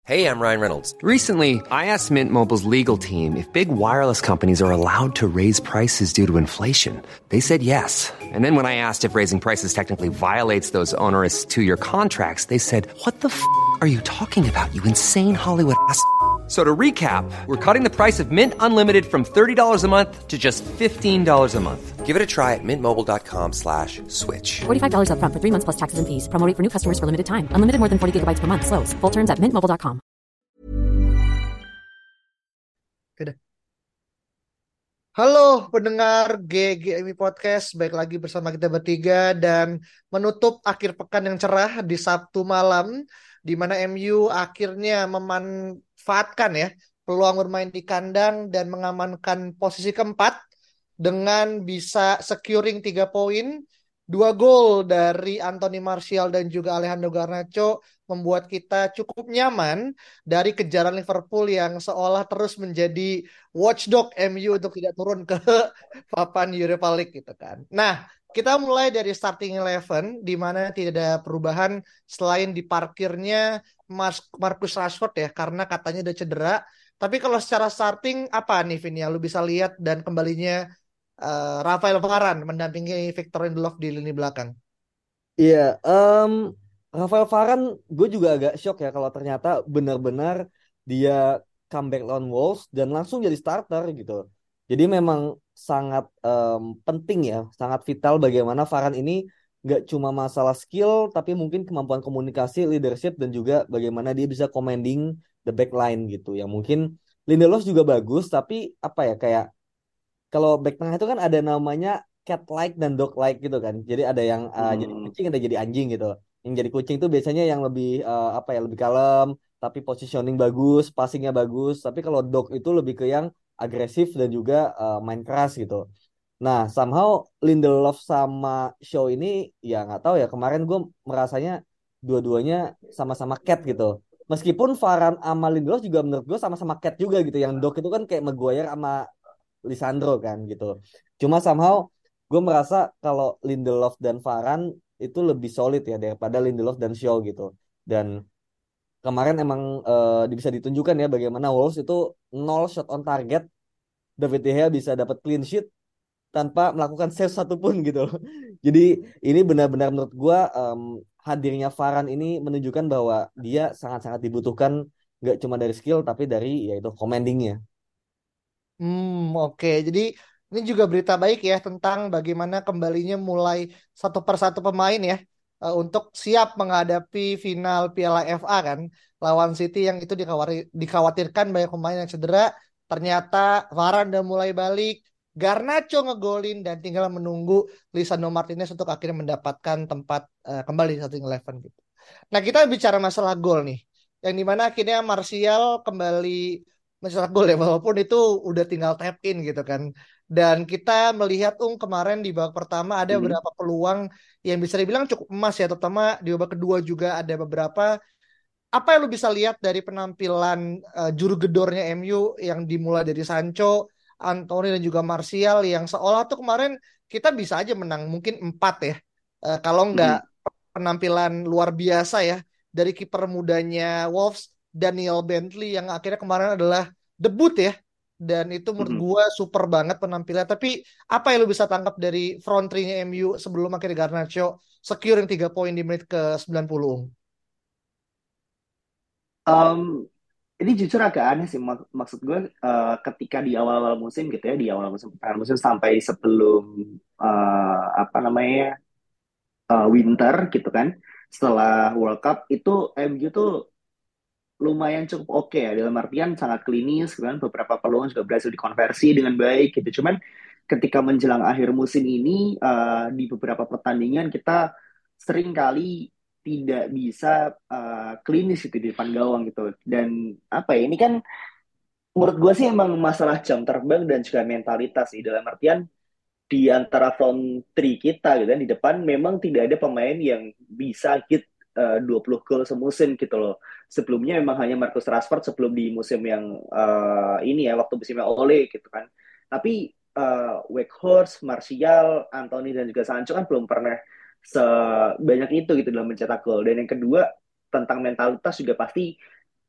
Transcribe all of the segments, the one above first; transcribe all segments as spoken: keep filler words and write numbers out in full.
Hey, I'm Ryan Reynolds. Recently, I asked Mint Mobile's legal team if big wireless companies are allowed to raise prices due to inflation. They said yes. And then when I asked if raising prices technically violates those onerous two-year contracts, they said, "What the f*** are you talking about, you insane Hollywood ass?" So to recap, we're cutting the price of Mint Unlimited from thirty dollars a month to just fifteen dollars a month. Give it a try at mintmobile.com slash switch. forty-five dollars up front for three months plus taxes and fees. Promo rate for new customers for limited time. Unlimited more than forty gigabytes per month. Slows full terms at mint mobile dot com. Halo pendengar G G M I Podcast, baik lagi bersama kita bertiga dan menutup akhir pekan yang cerah di Sabtu malam, di mana M U akhirnya memanfaatkan ya peluang bermain di kandang dan mengamankan posisi keempat dengan bisa securing tiga poin, dua gol dari Anthony Martial dan juga Alejandro Garnacho membuat kita cukup nyaman dari kejaran Liverpool yang seolah terus menjadi watchdog M U untuk tidak turun ke papan Europa League gitu kan. Nah, kita mulai dari starting eleven di mana tidak ada perubahan selain diparkirnya Mas Marcus Rashford ya karena katanya udah cedera. Tapi kalau secara starting apa nih Vin yang lu bisa lihat dan kembalinya uh, Rafael Varane mendampingi Victor Lindelof di lini belakang? Iya, em Rafael Varane gue juga agak shock ya kalau ternyata benar-benar dia comeback lawan Wolves dan langsung jadi starter gitu. Jadi memang sangat em, penting ya, sangat vital bagaimana Varane ini nggak cuma masalah skill, tapi mungkin kemampuan komunikasi, leadership, dan juga bagaimana dia bisa commanding the back line gitu. Yang mungkin Lindelof juga bagus, tapi apa ya kayak kalau back tengah itu kan ada namanya cat like dan dog like gitu kan. Jadi ada yang uh, jadi Hmm. kucing, ada jadi anjing gitu. Yang jadi kucing itu biasanya yang lebih uh, apa ya lebih kalem, tapi positioning bagus, passingnya bagus. Tapi kalau dog itu lebih ke yang agresif dan juga uh, main keras gitu. Nah, somehow Lindelof sama Shaw ini ya nggak tahu ya. Kemarin gue merasanya dua-duanya sama-sama cat gitu. Meskipun Varane sama Lindelof juga menurut gue sama-sama cat juga gitu. Yang dog itu kan kayak Maguire sama Lisandro kan gitu. Cuma somehow gue merasa kalau Lindelof dan Varane itu lebih solid ya daripada Lindelof dan Shaw gitu. Dan kemarin emang eh, bisa ditunjukkan ya bagaimana Wolves itu nol shot on target. David De Gea bisa dapat clean sheet tanpa melakukan save satupun gitu. Jadi ini benar-benar menurut gue em, hadirnya Varane ini menunjukkan bahwa dia sangat-sangat dibutuhkan nggak cuma dari skill tapi dari yaitu commandingnya. Hmm, oke. Jadi ini juga berita baik ya tentang bagaimana kembalinya mulai satu persatu pemain ya eh, untuk siap menghadapi final Piala F A kan lawan City yang itu dikawari- dikhawatirkan banyak pemain yang cedera. Ternyata Varane udah mulai balik, Garnacho ngegolin dan tinggal menunggu Lisandro Martinez untuk akhirnya mendapatkan tempat eh, kembali di starting eleven gitu. Nah, kita bicara masalah gol nih. Yang dimana akhirnya Martial kembali mencetak gol ya walaupun itu udah tinggal tap in gitu kan. Dan kita melihat Ung kemarin di babak pertama ada Mhm. beberapa peluang yang bisa dibilang cukup emas ya, terutama di babak kedua juga ada beberapa. Apa yang lu bisa lihat dari penampilan eh, juru gedornya M U yang dimulai dari Sancho, Anthony dan juga Martial yang seolah tuh kemarin kita bisa aja menang mungkin empat ya. Eh, kalau nggak Mhm. penampilan luar biasa ya dari kiper mudanya Wolves Daniel Bentley yang akhirnya kemarin adalah debut ya dan itu menurut Mhm. gua super banget penampilannya. Tapi apa yang lu bisa tangkap dari front three-nya M U sebelum akhirnya Garnacho securing tiga poin di menit ke sembilan puluh? Em, ini jujur agak aneh sih. Mak- maksud gue eh, ketika di awal-awal musim gitu ya, di awal musim pertengahan musim sampai sebelum eh, apa namanya eh, winter gitu kan, setelah World Cup itu M U tuh lumayan cukup oke ya dalam artian sangat klinis gitu kan, beberapa peluang juga berhasil dikonversi dengan baik gitu. Cuman ketika menjelang akhir musim ini eh, di beberapa pertandingan kita sering kali tidak bisa eh, klinis itu di depan gawang gitu. Dan apa ya ini kan menurut gue sih emang masalah jam terbang dan juga mentalitas sih dalam artian di antara front three kita gitu kan di depan memang tidak ada pemain yang bisa hit eh, dua puluh gol semusim gitu loh. Sebelumnya memang hanya Marcus Rashford sebelum di musim yang eh, ini ya waktu musimnya Ole gitu kan. Tapi eh, Weghorst, Martial, Anthony dan juga Sancho kan belum pernah sebanyak itu gitu dalam mencetak gol. Dan yang kedua tentang mentalitas juga pasti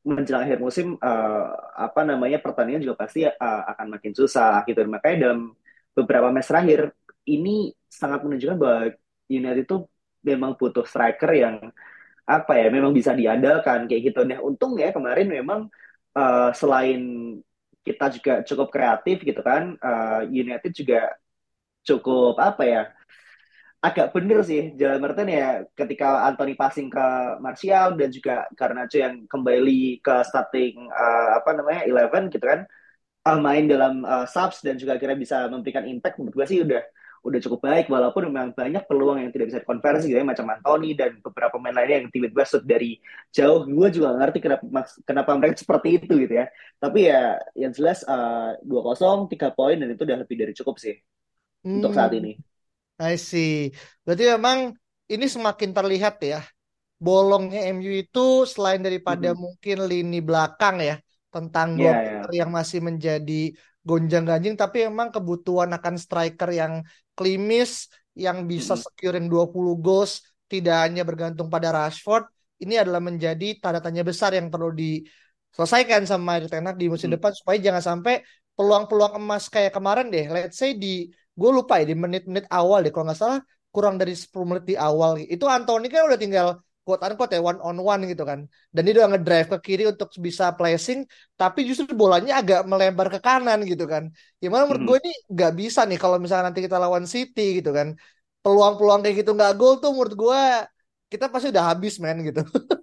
menjelang akhir musim eh, apa namanya pertandingan juga pasti eh, akan makin susah gitu. Makanya dalam beberapa match terakhir ini sangat menunjukkan bahwa United itu memang butuh striker yang apa ya memang bisa diandalkan kayak gitu. Nah, untung ya kemarin memang eh, selain kita juga cukup kreatif gitu kan, eh, United juga cukup apa ya agak bener sih jalan Merten ya ketika Anthony passing ke Martial dan juga Garnacho yang kembali ke starting eh, apa namanya eleven gitu kan uh, main dalam uh, subs dan juga akhirnya bisa memberikan impact menurut gue sih udah udah cukup baik walaupun memang banyak peluang yang tidak bisa dikonversi gitu ya macam Anthony dan beberapa pemain lainnya yang tiba-tiba shoot dari jauh gue juga nggak ngerti kenapa kenapa mereka seperti itu gitu ya tapi ya yang jelas uh, dua kosong tiga poin dan itu udah lebih dari cukup sih untuk saat Hmm, ini. I see. Berarti memang ini semakin terlihat ya bolongnya M U itu selain daripada Mhm. mungkin lini belakang ya tentang dua Ya kiper ya. yang masih menjadi gonjang-ganjing tapi emang kebutuhan akan striker yang klimis yang bisa Mhm. securing dua puluh goals tidak hanya bergantung pada Rashford ini adalah menjadi tanda tanya besar yang perlu diselesaikan sama Erik ten Hag di musim Mhm. depan supaya jangan sampai peluang-peluang emas kayak kemarin deh let's say di gue lupa ya di menit-menit awal deh kalau nggak salah kurang dari sepuluh menit di awal itu Anthony kan udah tinggal quote unquote ya one on one gitu kan. Dan dia udah ngedrive ke kiri untuk bisa placing, tapi justru bolanya agak melebar ke kanan gitu kan. Gimana menurut gue Mhm. ini nggak bisa nih kalau misalnya nanti kita lawan City gitu kan. Peluang-peluang kayak gitu nggak gol tuh menurut gue kita pasti udah habis men gitu.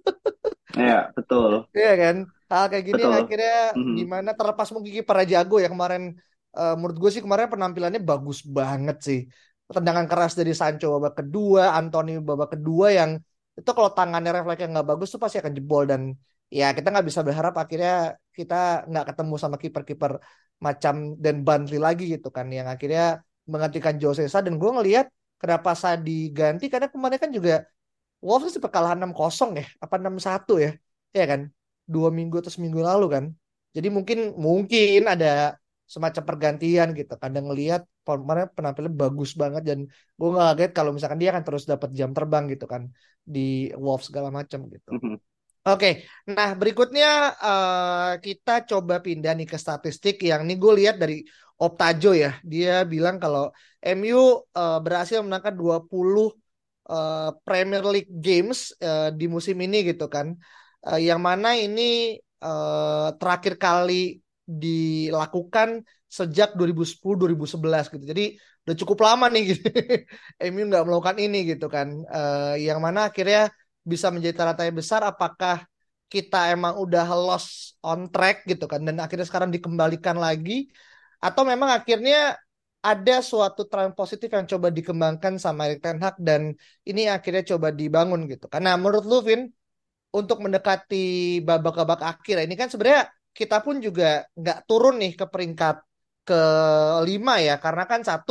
Ya betul Iya kan? Hal kayak gini yang betul. akhirnya Mhm. gimana terlepas mungkin kiper jago ya kemarin eh, menurut gue sih kemarin penampilannya bagus banget sih. Tendangan keras dari Sancho babak kedua, Anthony babak kedua yang itu kalau tangannya refleksnya nggak bagus tuh pasti akan jebol dan ya kita nggak bisa berharap akhirnya kita nggak ketemu sama kiper-kiper macam Dan Bantry lagi gitu kan yang akhirnya menggantikan Jose Sa dan gue ngelihat kenapa Sa diganti karena kemarin kan juga Wolves sempat kalah enam kosong ya, apa enam satu ya, ya kan? Dua minggu atau seminggu lalu kan. Jadi mungkin mungkin ada semacam pergantian gitu. Kadang ngelihat kemarin penampilannya bagus banget dan gue nggak kaget kalau misalkan dia akan terus dapat jam terbang gitu kan di Wolves segala macam gitu. Mhm. Oke, nah berikutnya eh, kita coba pindah nih ke statistik yang nih gue lihat dari Optajo ya. Dia bilang kalau M U eh, berhasil menangkan dua puluh eh, Premier League Games eh, di musim ini gitu kan. Eh, yang mana ini eh, terakhir kali dilakukan sejak dua ribu sepuluh dua ribu sebelas gitu. Jadi udah cukup lama nih gitu. M U nggak melakukan ini gitu kan. Eh, yang mana akhirnya bisa menjadi tanda tanya besar apakah kita emang udah lost on track gitu kan dan akhirnya sekarang dikembalikan lagi atau memang akhirnya ada suatu tren positif yang coba dikembangkan sama Erik ten Hag dan ini akhirnya coba dibangun gitu. Karena menurut lu Vin untuk mendekati babak-babak akhir ini kan sebenarnya kita pun juga nggak turun nih ke peringkat kelima ya karena kan satu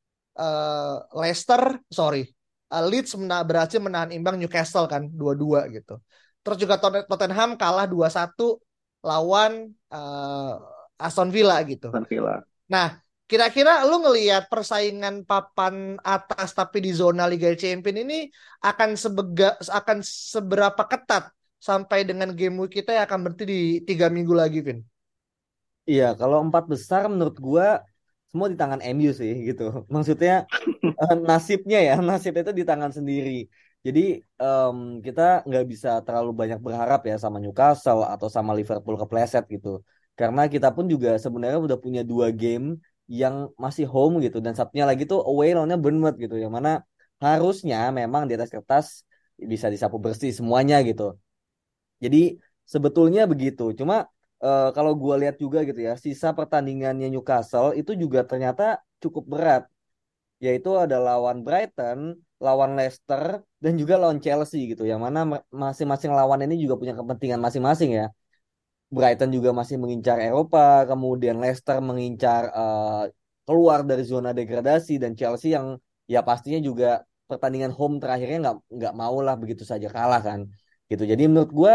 eh, Leicester, sorry, eh, Leeds mena- berhasil menahan imbang Newcastle kan dua dua gitu. Terus juga Tot- Tottenham kalah dua satu lawan eh, Aston Villa gitu. Aston Villa. Nah, kira-kira lu ngelihat persaingan papan atas tapi di zona Liga Champions ini akan sebega akan seberapa ketat sampai dengan game week kita yang akan berhenti di tiga minggu lagi, Vin? Iya, kalau empat besar menurut gua semua di tangan M U sih gitu. Maksudnya eh, nasibnya ya, nasibnya itu di tangan sendiri. Jadi em, kita nggak bisa terlalu banyak berharap ya sama Newcastle atau sama Liverpool kepleset gitu. Karena kita pun juga sebenarnya udah punya dua game yang masih home gitu dan satunya lagi tuh away lawannya Bournemouth gitu. Yang mana harusnya memang di atas kertas bisa disapu bersih semuanya gitu. Jadi sebetulnya begitu. Cuma eh, kalau gua lihat juga gitu ya, sisa pertandingannya Newcastle itu juga ternyata cukup berat, yaitu ada lawan Brighton, lawan Leicester, dan juga lawan Chelsea gitu. Yang mana ma- masing-masing lawan ini juga punya kepentingan masing-masing ya. Brighton juga masih mengincar Eropa, kemudian Leicester mengincar eh, keluar dari zona degradasi dan Chelsea yang ya pastinya juga pertandingan home terakhirnya nggak nggak mau lah begitu saja kalah kan. Gitu. Jadi menurut gua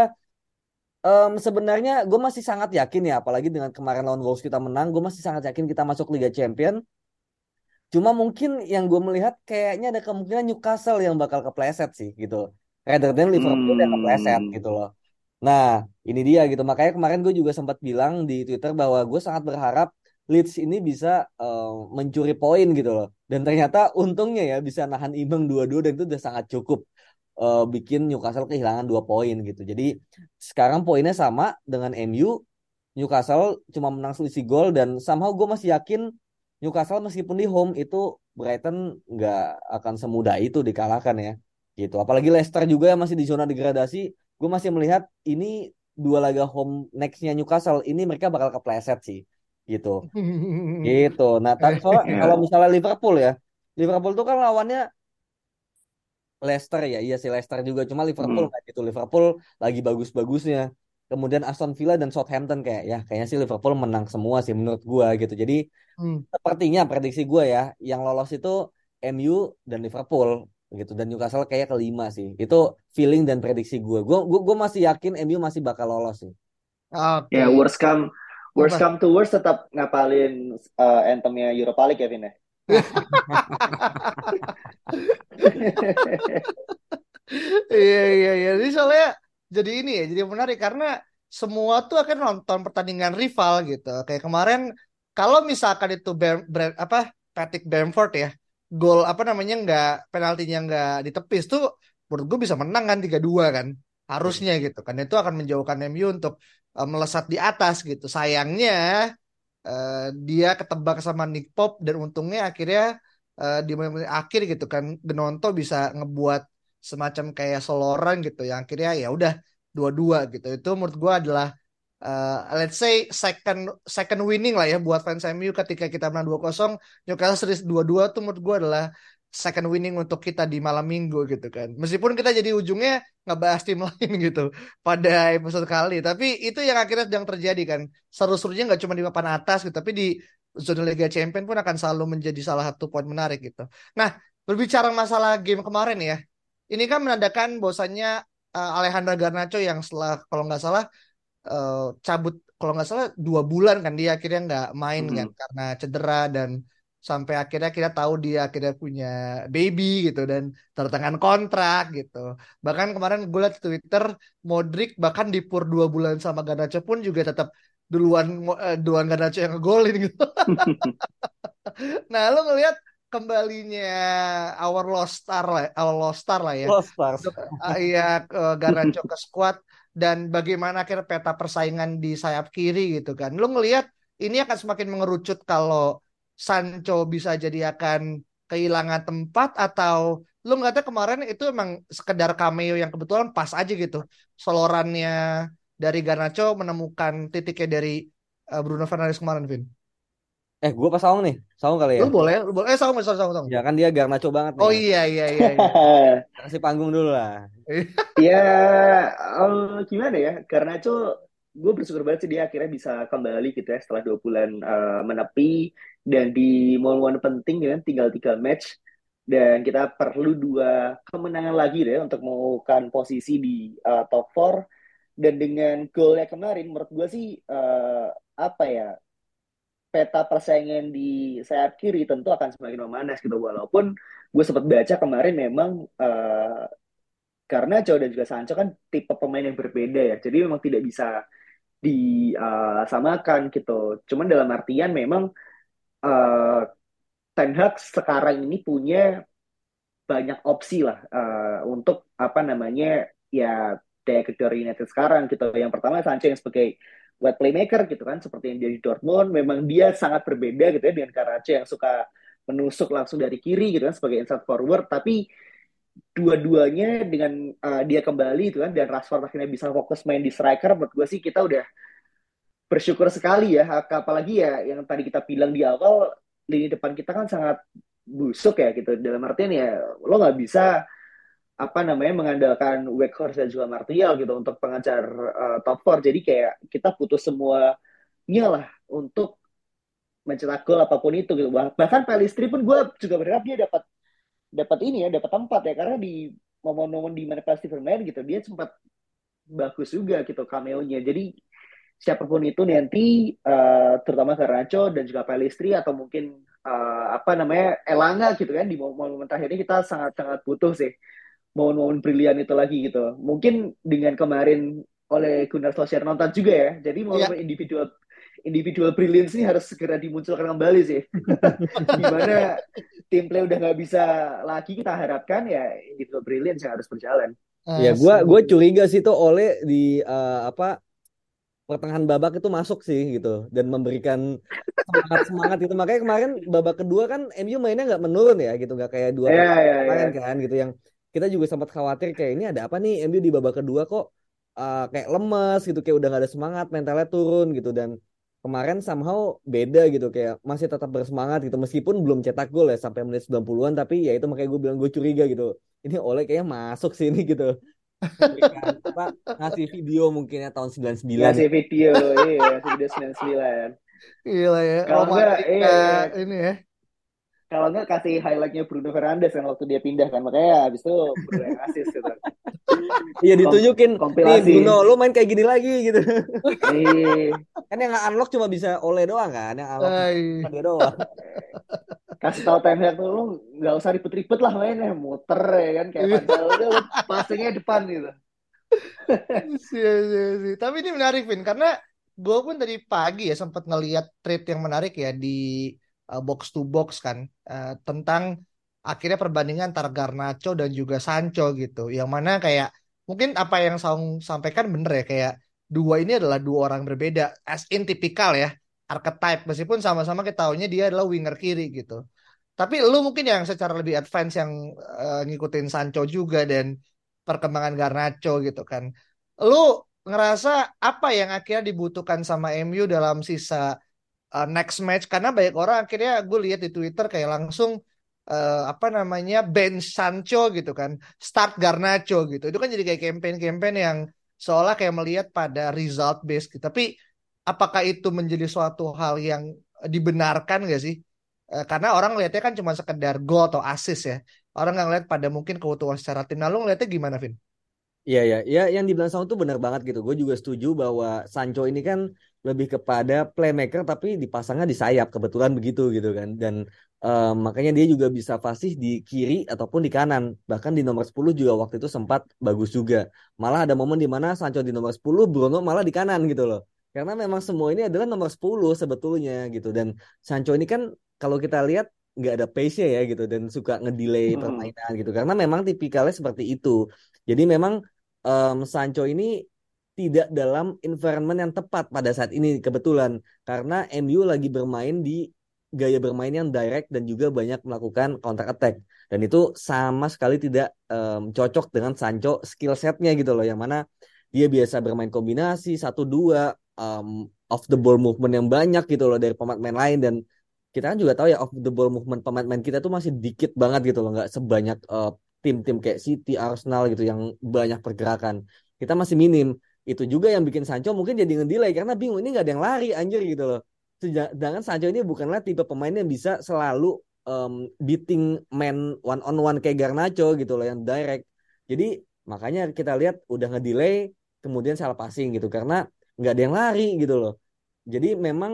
Em, sebenarnya gue masih sangat yakin ya, apalagi dengan kemarin lawan Wolves kita menang, gue masih sangat yakin kita masuk Liga Champion. Cuma mungkin yang gue melihat kayaknya ada kemungkinan Newcastle yang bakal kepleset sih gitu. Rather than Liverpool yang kepleset Hmm. gitu loh. Nah, ini dia gitu. Makanya kemarin gue juga sempat bilang di Twitter bahwa gue sangat berharap Leeds ini bisa eh, mencuri poin gitu loh. Dan ternyata untungnya ya bisa nahan imbang dua-dua dan itu udah sangat cukup eh, bikin Newcastle kehilangan dua poin gitu. Jadi sekarang poinnya sama dengan M U. Newcastle cuma menang selisih gol dan somehow gue masih yakin Newcastle meskipun di home itu Brighton nggak akan semudah itu dikalahkan ya gitu. Apalagi Leicester juga yang masih di zona degradasi, gue masih melihat ini dua laga home nextnya Newcastle ini mereka bakal kepleset sih gitu. Gitu. Nah, tapi soalnya kalau Ya. misalnya Liverpool ya, Liverpool tuh kan lawannya Leicester ya, iya sih Leicester juga. Cuma Liverpool Hmm. kayak gitu. Liverpool lagi bagus-bagusnya. Kemudian Aston Villa dan Southampton kayak ya kayaknya sih Liverpool menang semua sih menurut gua gitu. Jadi Hmm. sepertinya prediksi gua ya yang lolos itu M U dan Liverpool gitu dan Newcastle kayak kelima sih. Itu feeling dan prediksi gua. Gua gua, gua masih yakin M U masih bakal lolos sih. Ya, Oke. worst come worst Apa? come to worst tetap ngapalin uh, anthemnya Europa League ya, Vin ya. Iya iya iya. Jadi soalnya jadi ini ya, jadi menarik karena semua tuh akan nonton pertandingan rival gitu. Kayak kemarin kalau misalkan itu Bam- Bra- apa Patrick Bamford ya, gol apa namanya nggak penaltinya nggak ditepis tuh menurut gue bisa menang kan tiga dua kan. Iya. Harusnya gitu kan. Itu akan menjauhkan M U untuk eh, melesat di atas gitu. Sayangnya eh, dia ketebak sama Nick Pop dan untungnya akhirnya eh, di menit-menit akhir gitu kan Gnonto bisa ngebuat semacam kayak soloran gitu yang akhirnya ya udah dua-dua gitu itu menurut gua adalah eh, let's say second second winning lah ya buat fans M U ketika kita menang dua kosong Newcastle series dua-dua tuh menurut gua adalah second winning untuk kita di malam minggu gitu kan meskipun kita jadi ujungnya ngebahas tim lain gitu pada episode kali tapi itu yang akhirnya sedang terjadi kan seru-serunya nggak cuma di papan atas gitu tapi di zona Liga Champions pun akan selalu menjadi salah satu poin menarik gitu nah berbicara masalah game kemarin ya ini kan menandakan bahwasannya uh, Alejandro Garnacho yang setelah kalau nggak salah uh, cabut kalau nggak salah dua bulan kan dia akhirnya nggak main kan Mhm. karena cedera dan sampai akhirnya kita tahu dia akhirnya punya baby gitu dan tanda tangan kontrak gitu. Bahkan kemarin gue liat di Twitter Modric bahkan di pur dua bulan sama Garnacho pun juga tetap duluan eh, duluan Garnacho yang ngegolin gitu. Nah, lu ngelihat kembalinya our lost star lah, our lost star lah ya. Lost Stars. Untuk uh, ya uh, Garnacho ke squad dan bagaimana akhirnya peta persaingan di sayap kiri gitu kan. Lu ngelihat ini akan semakin mengerucut kalau Sancho bisa jadi akan kehilangan tempat atau lu ngeliatnya kemarin itu emang sekedar cameo yang kebetulan pas aja gitu. Solorannya dari Garnacho menemukan titiknya dari uh, Bruno Fernandes kemarin, Vin. Eh, gua pas Saung nih. Saung kali ya. Lu boleh, lu boleh. Eh, sama, sama, sama, sama. Ya kan dia Garnacho banget nih. Oh iya, iya, iya, iya. Kasih panggung dulu lah. Ya, eh, gimana ya? Karena itu gue bersyukur banget sih dia akhirnya bisa kembali gitu ya setelah dua bulan eh, menepi dan di momen-momen penting ya tinggal tiga match dan kita perlu dua kemenangan lagi deh untuk mengukuhkan posisi di eh, top empat dan dengan golnya kemarin menurut gue sih eh, apa ya peta persaingan di sayap kiri tentu akan semakin memanas gitu walaupun gue sempat baca kemarin memang eh, karena Joe dan juga Sancho kan tipe pemain yang berbeda ya. Jadi memang tidak bisa disamakan gitu. Cuman dalam artian memang uh, Ten Hag sekarang ini punya banyak opsi lah uh, untuk apa namanya ya kayak dari United sekarang gitu. Yang pertama Sancho yang sebagai wide playmaker gitu kan, seperti yang dia di Dortmund. Memang dia sangat berbeda gitu ya dengan Karacho yang suka menusuk langsung dari kiri gitu kan sebagai inside forward. Tapi dua-duanya dengan uh, dia kembali itu kan dan Rashford akhirnya bisa fokus main di striker menurut gue sih kita udah bersyukur sekali ya apalagi ya yang tadi kita bilang di awal lini depan kita kan sangat busuk ya gitu dalam artian ya lo nggak bisa apa namanya mengandalkan Weghorst dan juga Martial gitu untuk pengajar uh, top empat jadi kayak kita butuh semuanya lah untuk mencetak gol apapun itu gitu bahkan Pelistri pun gue juga berharap dia dapat dapat ini ya dapat tempat ya karena di momen-momen di mana pasti bermain gitu dia sempat bagus juga gitu cameo-nya jadi siapapun itu nanti uh, terutama Garnacho dan juga Pelistri atau mungkin uh, apa namanya Elanga gitu kan di momen-momen terakhir ini kita sangat-sangat butuh sih momen-momen brilian itu lagi gitu mungkin dengan kemarin oleh Gunnar Solskjaer nonton juga ya. Jadi Iya. momen individual individual brilliance ini harus segera dimunculkan kembali sih. Di mana tim play udah nggak bisa lagi, kita harapkan ya individual brilliance yang harus berjalan. Ya gue gue Asik. curiga sih tuh Ole di eh, apa pertengahan babak itu masuk sih gitu dan memberikan semangat semangat itu, makanya kemarin babak kedua kan M U mainnya nggak menurun ya gitu, nggak kayak dua Ya, pertandingan ya, kemarin ya. kan gitu yang kita juga sempat khawatir kayak ini ada apa nih M U di babak kedua kok uh, kayak lemes gitu, kayak udah nggak ada semangat, mentalnya turun gitu. Dan kemarin somehow beda gitu, kayak masih tetap bersemangat gitu meskipun belum cetak gol ya sampai menit sembilan puluhan-an, tapi ya itu makanya gue bilang gue curiga gitu, ini Ole kayaknya masuk sini gitu, memberikan apa, ngasih video mungkin ya tahun sembilan puluh sembilan. Ngasih video, iya, ngasih video sembilan puluh sembilan. Gila ya, Kalau enggak, romantika iya, ini ya. kalau enggak kasih highlightnya Bruno Fernandes kan waktu dia pindah kan, makanya habis itu Bruno yang assist gitu. Iya Kom- ditunjukin nih kompilasi. Bruno lo main kayak gini lagi gitu. Iya, Kan yang nggak unlock cuma bisa Ole doang kan, yang unlock Ay. dia doang. kasih tahu Ten Hag tuh lu nggak usah ribet-ribet lah mainnya, muter ya kan kayak Iya. Van udah lu passingnya depan gitu. Iya, iya, iya. Tapi ini menarik, Vin, karena gue pun tadi pagi ya sempat ngeliat trade yang menarik ya di uh, box to box kan, uh, tentang akhirnya perbandingan antara Garnacho dan juga Sancho gitu. Yang mana kayak mungkin apa yang Saung sampaikan bener ya, kayak dua ini adalah dua orang berbeda, as in tipikal ya, archetype, meskipun sama-sama kita tahunya dia adalah winger kiri gitu. Tapi lu mungkin yang secara lebih advance yang uh, ngikutin Sancho juga dan perkembangan Garnacho gitu kan. Lu ngerasa apa yang akhirnya dibutuhkan sama M U dalam sisa uh, next match? Karena banyak orang akhirnya gue lihat di Twitter kayak langsung uh, apa namanya bench Sancho gitu kan, start Garnacho gitu. Itu kan jadi kayak campaign-campaign yang seolah kayak melihat pada result based gitu. Tapi apakah itu menjadi suatu hal yang dibenarkan gak sih? Eh, karena orang lihatnya kan cuma sekedar gol atau assist ya. Orang nggak ngeliat pada mungkin keutuhan secara tim. Nah, lu ngeliatnya gimana, Vin? Iya ya, ya yang dibilang Saung tuh benar banget gitu. Gue juga setuju bahwa Sancho ini kan lebih kepada playmaker tapi dipasangnya di sayap, kebetulan begitu gitu kan. Dan eh, makanya dia juga bisa fasih di kiri ataupun di kanan. Bahkan di nomor sepuluh juga waktu itu sempat bagus juga. Malah ada momen di mana Sancho di nomor sepuluh, Bruno malah di kanan gitu loh. Karena memang semua ini adalah nomor sepuluh sebetulnya gitu. Dan Sancho ini kan kalau kita lihat nggak ada pace-nya ya gitu dan suka ngedelay Hmm. permainan gitu. Karena memang tipikalnya seperti itu. Jadi memang em, Sancho ini tidak dalam environment yang tepat pada saat ini kebetulan karena M U lagi bermain di gaya bermain yang direct dan juga banyak melakukan counter attack dan itu sama sekali tidak em, cocok dengan Sancho skill setnya gitu loh, yang mana dia biasa bermain kombinasi satu dua, em, off the ball movement yang banyak gitu loh dari pemain lain. Dan kita kan juga tahu ya off the ball movement pemain-pemain kita tuh masih dikit banget gitu loh, nggak sebanyak eh, tim-tim kayak City, Arsenal gitu yang banyak pergerakan. Kita masih minim. Itu juga yang bikin Sancho mungkin jadi ngedelay karena bingung ini nggak ada yang lari anjir gitu loh. Sedangkan Sancho ini bukanlah tipe pemain yang bisa selalu um, beating man one on one kayak Garnacho gitu loh yang direct. Jadi makanya kita lihat udah ngedelay kemudian salah passing gitu karena nggak ada yang lari gitu loh. Jadi memang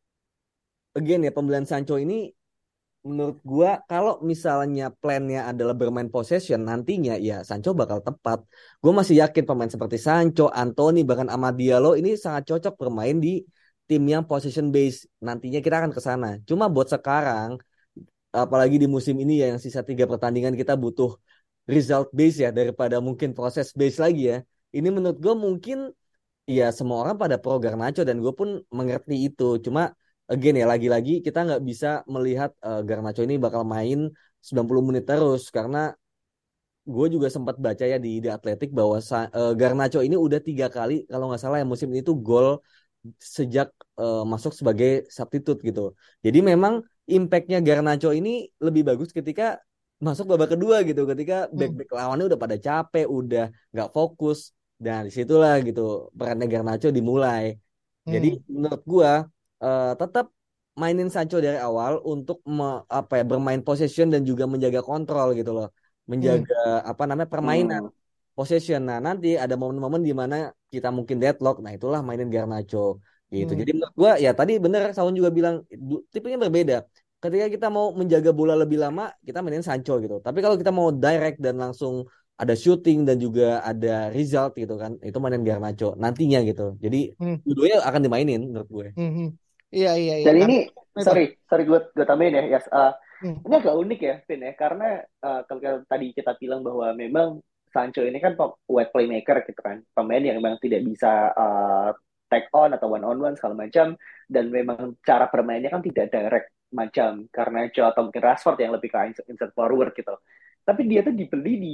again ya pembelian Sancho ini menurut gua kalau misalnya plannya adalah bermain possession nantinya ya Sancho bakal tepat. Gua masih yakin pemain seperti Sancho, Anthony bahkan Amad Diallo ini sangat cocok bermain di tim yang possession base. Nantinya kita akan ke sana. Cuma buat sekarang apalagi di musim ini ya yang sisa tiga pertandingan kita butuh result base ya daripada mungkin proses base lagi ya. Ini menurut gua mungkin iya, semua orang pada pro Garnacho dan gue pun mengerti itu. Cuma again ya lagi-lagi kita nggak bisa melihat uh, Garnacho ini bakal main sembilan puluh menit terus karena gue juga sempat baca ya di The Athletic bahwa uh, Garnacho ini udah tiga kali kalau nggak salah ya musim ini tuh gol sejak uh, masuk sebagai substitute gitu. Jadi memang impactnya Garnacho ini lebih bagus ketika masuk babak kedua gitu, ketika Hmm. back-back lawannya udah pada capek, udah nggak fokus, dan disitulah gitu perannya Garnacho dimulai. Jadi Hmm. menurut gua uh, tetap mainin Sancho dari awal untuk me, apa ya bermain possession dan juga menjaga kontrol gitu loh, Hmm. menjaga apa namanya permainan Hmm. possession. Nah, nanti ada momen-momen di mana kita mungkin deadlock. Nah, itulah mainin Garnacho gitu. Hmm. Jadi menurut gua ya tadi bener Saun juga bilang du- tipenya berbeda. Ketika kita mau menjaga bola lebih lama, kita mainin Sancho gitu. Tapi kalau kita mau direct dan langsung ada shooting dan juga ada result gitu kan. Itu mainin Garnacho nantinya gitu. Jadi Hmm, dua-duanya akan dimainin menurut gue. hmm, hmm. Iya, iya, iya. Dan Karena ini, itu. sorry, sorry gue gue tambahin ya, Yas. Uh, Hmm, ini agak unik ya, Vin ya, karena uh, kalau kalau tadi kita bilang bahwa memang Sancho ini kan pem- wide playmaker gitu kan, pemain yang memang tidak bisa uh, take on atau one on one segala macam, dan memang cara bermainnya kan tidak direct macam karena Joe atau mungkin Rashford yang lebih ke insert insert forward gitu. Tapi dia tuh dibeli di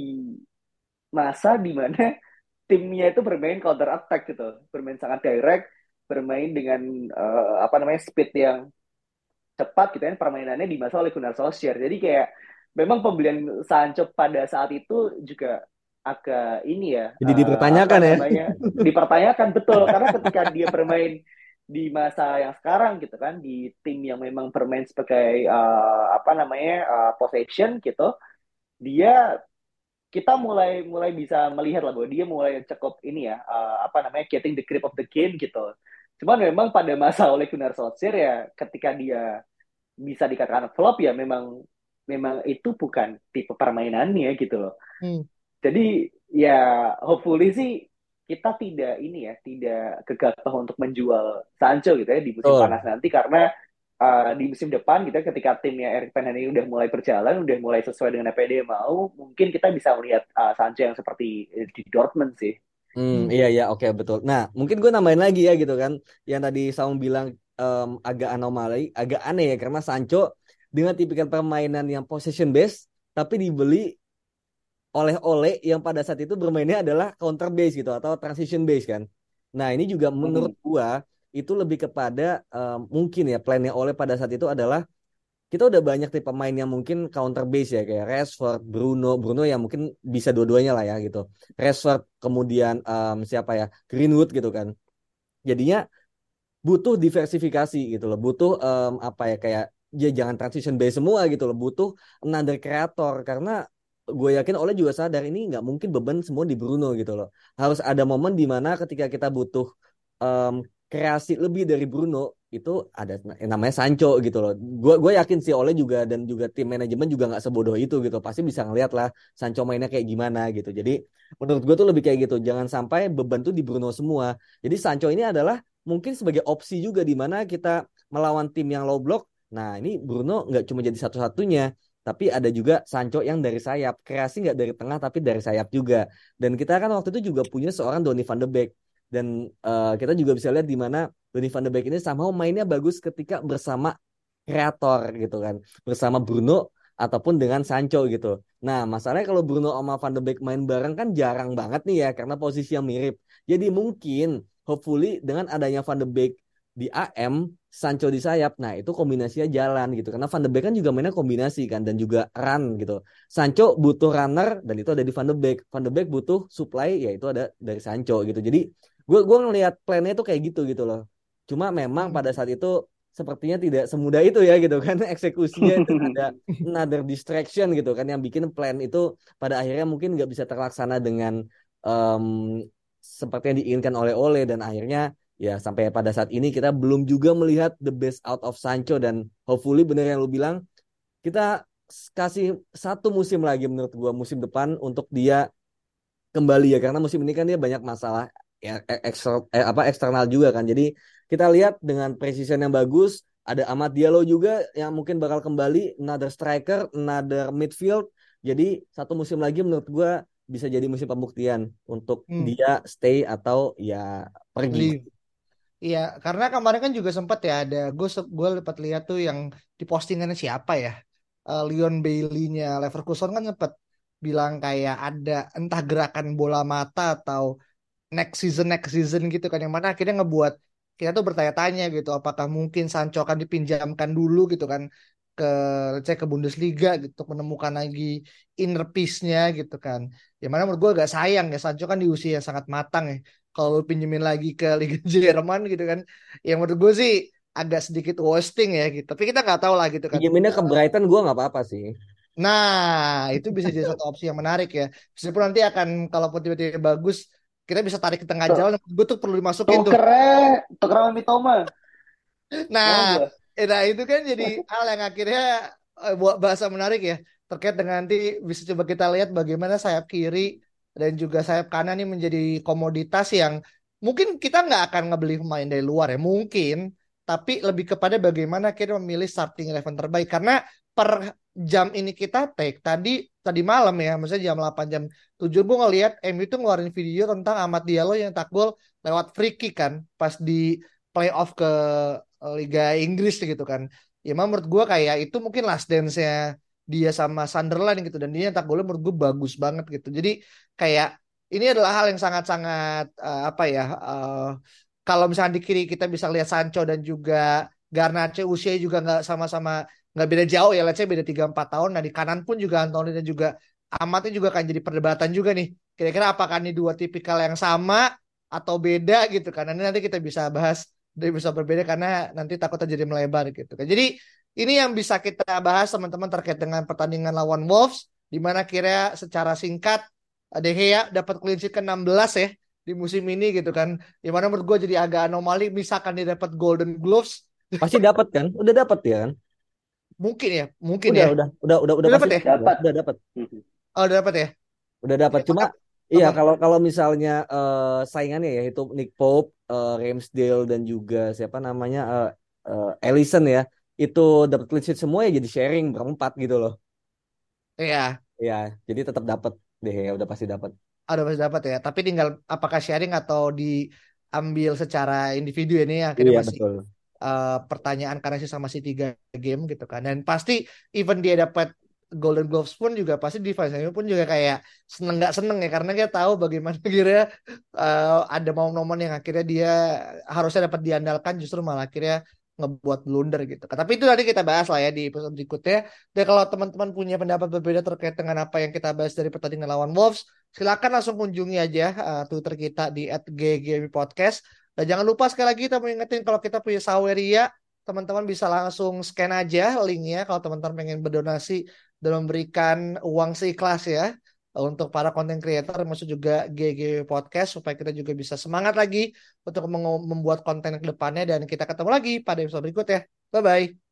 masa di mana timnya itu bermain counter attack gitu, bermain sangat direct, bermain dengan uh, apa namanya speed yang cepat gitu kan permainannya dimasak oleh Gunnar Solskjaer. Jadi kayak memang pembelian Sancho pada saat itu juga agak ini ya Jadi eh, apa dipertanyakan ya. namanya dipertanyakan betul karena ketika dia bermain di masa yang sekarang gitu kan di tim yang memang bermain sebagai eh, apa namanya eh, possession gitu dia kita mulai mulai bisa melihat lah bahwa dia mulai cukup ini ya eh, apa namanya getting the grip of the game gitu. Cuman memang pada masa oleh Gunnar Solskjaer ya ketika dia bisa dikatakan flop ya memang memang itu bukan tipe permainannya gitu loh. hmm, Jadi ya hopefully sih kita tidak ini ya tidak gegabah untuk menjual Sancho gitu ya di musim Betul. panas nanti karena uh, di musim depan gitu ya, ketika timnya Erik ten Hag ini udah mulai berjalan, udah mulai sesuai dengan apa yang dia mau, mungkin kita bisa melihat uh, Sancho yang seperti di Dortmund sih. Hmm, hmm. iya iya oke betul. Nah, mungkin gue nambahin lagi ya gitu kan. Yang tadi Saung bilang em, agak anomali, agak aneh ya karena Sancho dengan tipikal permainan yang possession based tapi dibeli oleh Ole yang pada saat itu bermainnya adalah counter base gitu atau transition base kan. Nah, ini juga menurut Mhm. gua itu lebih kepada em, mungkin ya plannya Ole pada saat itu adalah kita udah banyak tipe pemain yang mungkin counter base ya kayak Rashford, Bruno, Bruno yang mungkin bisa dua-duanya lah ya gitu. Rashford kemudian em, siapa ya Greenwood gitu kan. Jadinya butuh diversifikasi gitu loh. Butuh em, apa ya kayak ya jangan transition base semua gitu loh. Butuh another creator karena gue yakin Oleh juga sadar ini nggak mungkin beban semua di Bruno gitu loh. Harus ada momen di mana ketika kita butuh em, kreasi lebih dari Bruno itu ada yang namanya Sancho gitu loh. Gue gue yakin sih Oleh juga dan juga tim manajemen juga nggak sebodoh itu gitu. Pasti bisa ngeliat lah Sancho mainnya kayak gimana gitu. Jadi menurut gue tuh lebih kayak gitu. Jangan sampai beban tuh di Bruno semua. Jadi Sancho ini adalah mungkin sebagai opsi juga di mana kita melawan tim yang low block. Nah ini Bruno nggak cuma jadi satu-satunya, tapi ada juga Sancho yang dari sayap. Kreasi nggak dari tengah tapi dari sayap juga. Dan kita kan waktu itu juga punya seorang Donny van de Beek. Dan uh, kita juga bisa lihat di mana Donny van de Beek ini somehow mainnya bagus ketika bersama kreator gitu kan. Bersama Bruno ataupun dengan Sancho gitu. Nah masalahnya kalau Bruno sama Van de Beek main bareng kan jarang banget nih ya karena posisi yang mirip. Jadi mungkin hopefully dengan adanya Van de Beek di A M, Sancho di sayap, nah itu kombinasinya jalan gitu. Karena Van de Beek kan juga mainnya kombinasi kan dan juga run gitu. Sancho butuh runner dan itu ada di Van de Beek. Van de Beek butuh supply ya itu ada dari Sancho gitu. Jadi gue gue ngelihat plannya itu kayak gitu gitu loh. Cuma memang pada saat itu sepertinya tidak semudah itu ya gitu kan eksekusinya dan ada another distraction gitu kan yang bikin plan itu pada akhirnya mungkin nggak bisa terlaksana dengan um, seperti yang diinginkan oleh Ole dan akhirnya ya sampai pada saat ini kita belum juga melihat the best out of Sancho dan hopefully benar yang lu bilang kita kasih satu musim lagi menurut gua musim depan untuk dia kembali ya karena musim ini kan dia banyak masalah ya ekstra, eh, apa eksternal juga kan. Jadi kita lihat dengan precision yang bagus, ada Amad Diallo juga yang mungkin bakal kembali, another striker, another midfield. Jadi satu musim lagi menurut gua bisa jadi musim pembuktian untuk Hmm. dia stay atau ya pergi. Leave. Iya, karena kemarin kan juga sempat ya ada gue gue dapat lihat tuh yang di postingannya siapa ya, Eh, Leon Bailey-nya Leverkusen kan sempat bilang kayak ada entah gerakan bola mata atau next season next season gitu kan yang mana akhirnya ngebuat kita tuh bertanya-tanya gitu apakah mungkin Sancho akan dipinjamkan dulu gitu kan ke cek ke Bundesliga gitu untuk menemukan lagi inner peace-nya gitu kan. Yang mana menurut gue agak sayang ya Sancho kan di usia yang sangat matang ya. Kalau lu pinjemin lagi ke Liga Jerman gitu kan, yang menurut gue sih agak sedikit wasting ya gitu. Tapi kita nggak tahu lah gitu kan. Pinjeminnya ke Brighton gue nggak apa-apa sih. Nah, itu bisa jadi satu opsi yang menarik ya. Meskipun nanti akan, kalaupun tiba-tiba bagus, kita bisa tarik ke tengah Tuh, jalan. Gue tuh perlu dimasukin tuh. tukernya tuker sama Mitoma Nah, mau gue. eh, nah itu kan jadi hal yang akhirnya eh, buat bahasa menarik ya. terkait dengan nanti bisa coba kita lihat bagaimana sayap kiri dan juga sayap kanan ini menjadi komoditas yang mungkin kita nggak akan ngebeli pemain dari luar ya mungkin, tapi lebih kepada bagaimana kita memilih starting eleven terbaik karena per jam ini kita take tadi tadi malam ya, maksudnya jam delapan jam tujuh gue ngelihat M U itu ngeluarin video tentang Amad Diallo yang tak gol lewat free kick kan pas di playoff ke Liga Inggris gitu kan. Ya emang menurut gue kayak itu mungkin last dance-nya dia sama Sunderland gitu dan dia nyetak golnya menurut gue bagus banget gitu. Jadi kayak ini adalah hal yang sangat-sangat uh, apa ya uh, kalau misalnya di kiri kita bisa lihat Sancho dan juga Garnacho usia juga nggak sama-sama nggak beda jauh ya, let's say beda tiga empat tahun. Nah di kanan pun juga Anthony dan juga Amatnya juga akan jadi perdebatan juga nih. Kira-kira apakah ini dua tipikal yang sama atau beda gitu kan. Nanti nanti kita bisa bahas dia bisa berbeda karena nanti takutnya jadi melebar gitu kan. Jadi ini yang bisa kita bahas teman-teman terkait dengan pertandingan lawan Wolves di mana kira secara singkat De Gea dapat clean sheet ke enam belas ya di musim ini gitu kan. Yang mana menurut gue jadi agak anomali misalkan dia dapat Golden Gloves. Pasti dapat kan? Udah dapat ya kan? Mungkin ya, mungkin Udah, ya. udah, udah, udah, udah Udah pasti dapat ya? dapat. Dapat. Udah dapat. Mhm. Oh, udah dapat ya? Udah dapat. Ya, Cuma maka iya apa? kalau kalau misalnya eh, saingannya ya itu Nick Pope, eh, Ramsdale dan juga siapa namanya eh eh, Alisson ya. Itu dapat clean sheet semua ya jadi sharing berempat gitu loh. Iya, Ya, jadi tetap dapat deh ya udah pasti dapat. ada pasti dapat ya. Tapi tinggal apakah sharing atau diambil secara individu ini akhirnya Iya masih betul. uh, pertanyaan karena sih sama si tiga game gitu kan. Dan pasti even dia dapat Golden Gloves pun juga pasti di fans M U pun juga kayak seneng nggak seneng ya karena dia tahu bagaimana akhirnya uh, ada momen-momen yang akhirnya dia harusnya dapat diandalkan justru malah akhirnya ngebuat blunder gitu. Tapi itu nanti kita bahas lah ya di episode berikutnya. Dan kalau teman-teman punya pendapat berbeda terkait dengan apa yang kita bahas dari pertandingan lawan Wolves, silakan langsung kunjungi aja uh, Twitter kita di at g g m podcast. Dan jangan lupa sekali lagi kita mau ingetin kalau kita punya Saweria, teman-teman bisa langsung scan aja linknya kalau teman-teman pengen berdonasi dan memberikan uang seikhlas ya untuk para content creator maksud juga G G Podcast supaya kita juga bisa semangat lagi untuk membuat konten ke depannya dan kita ketemu lagi pada episode berikutnya. Bye bye.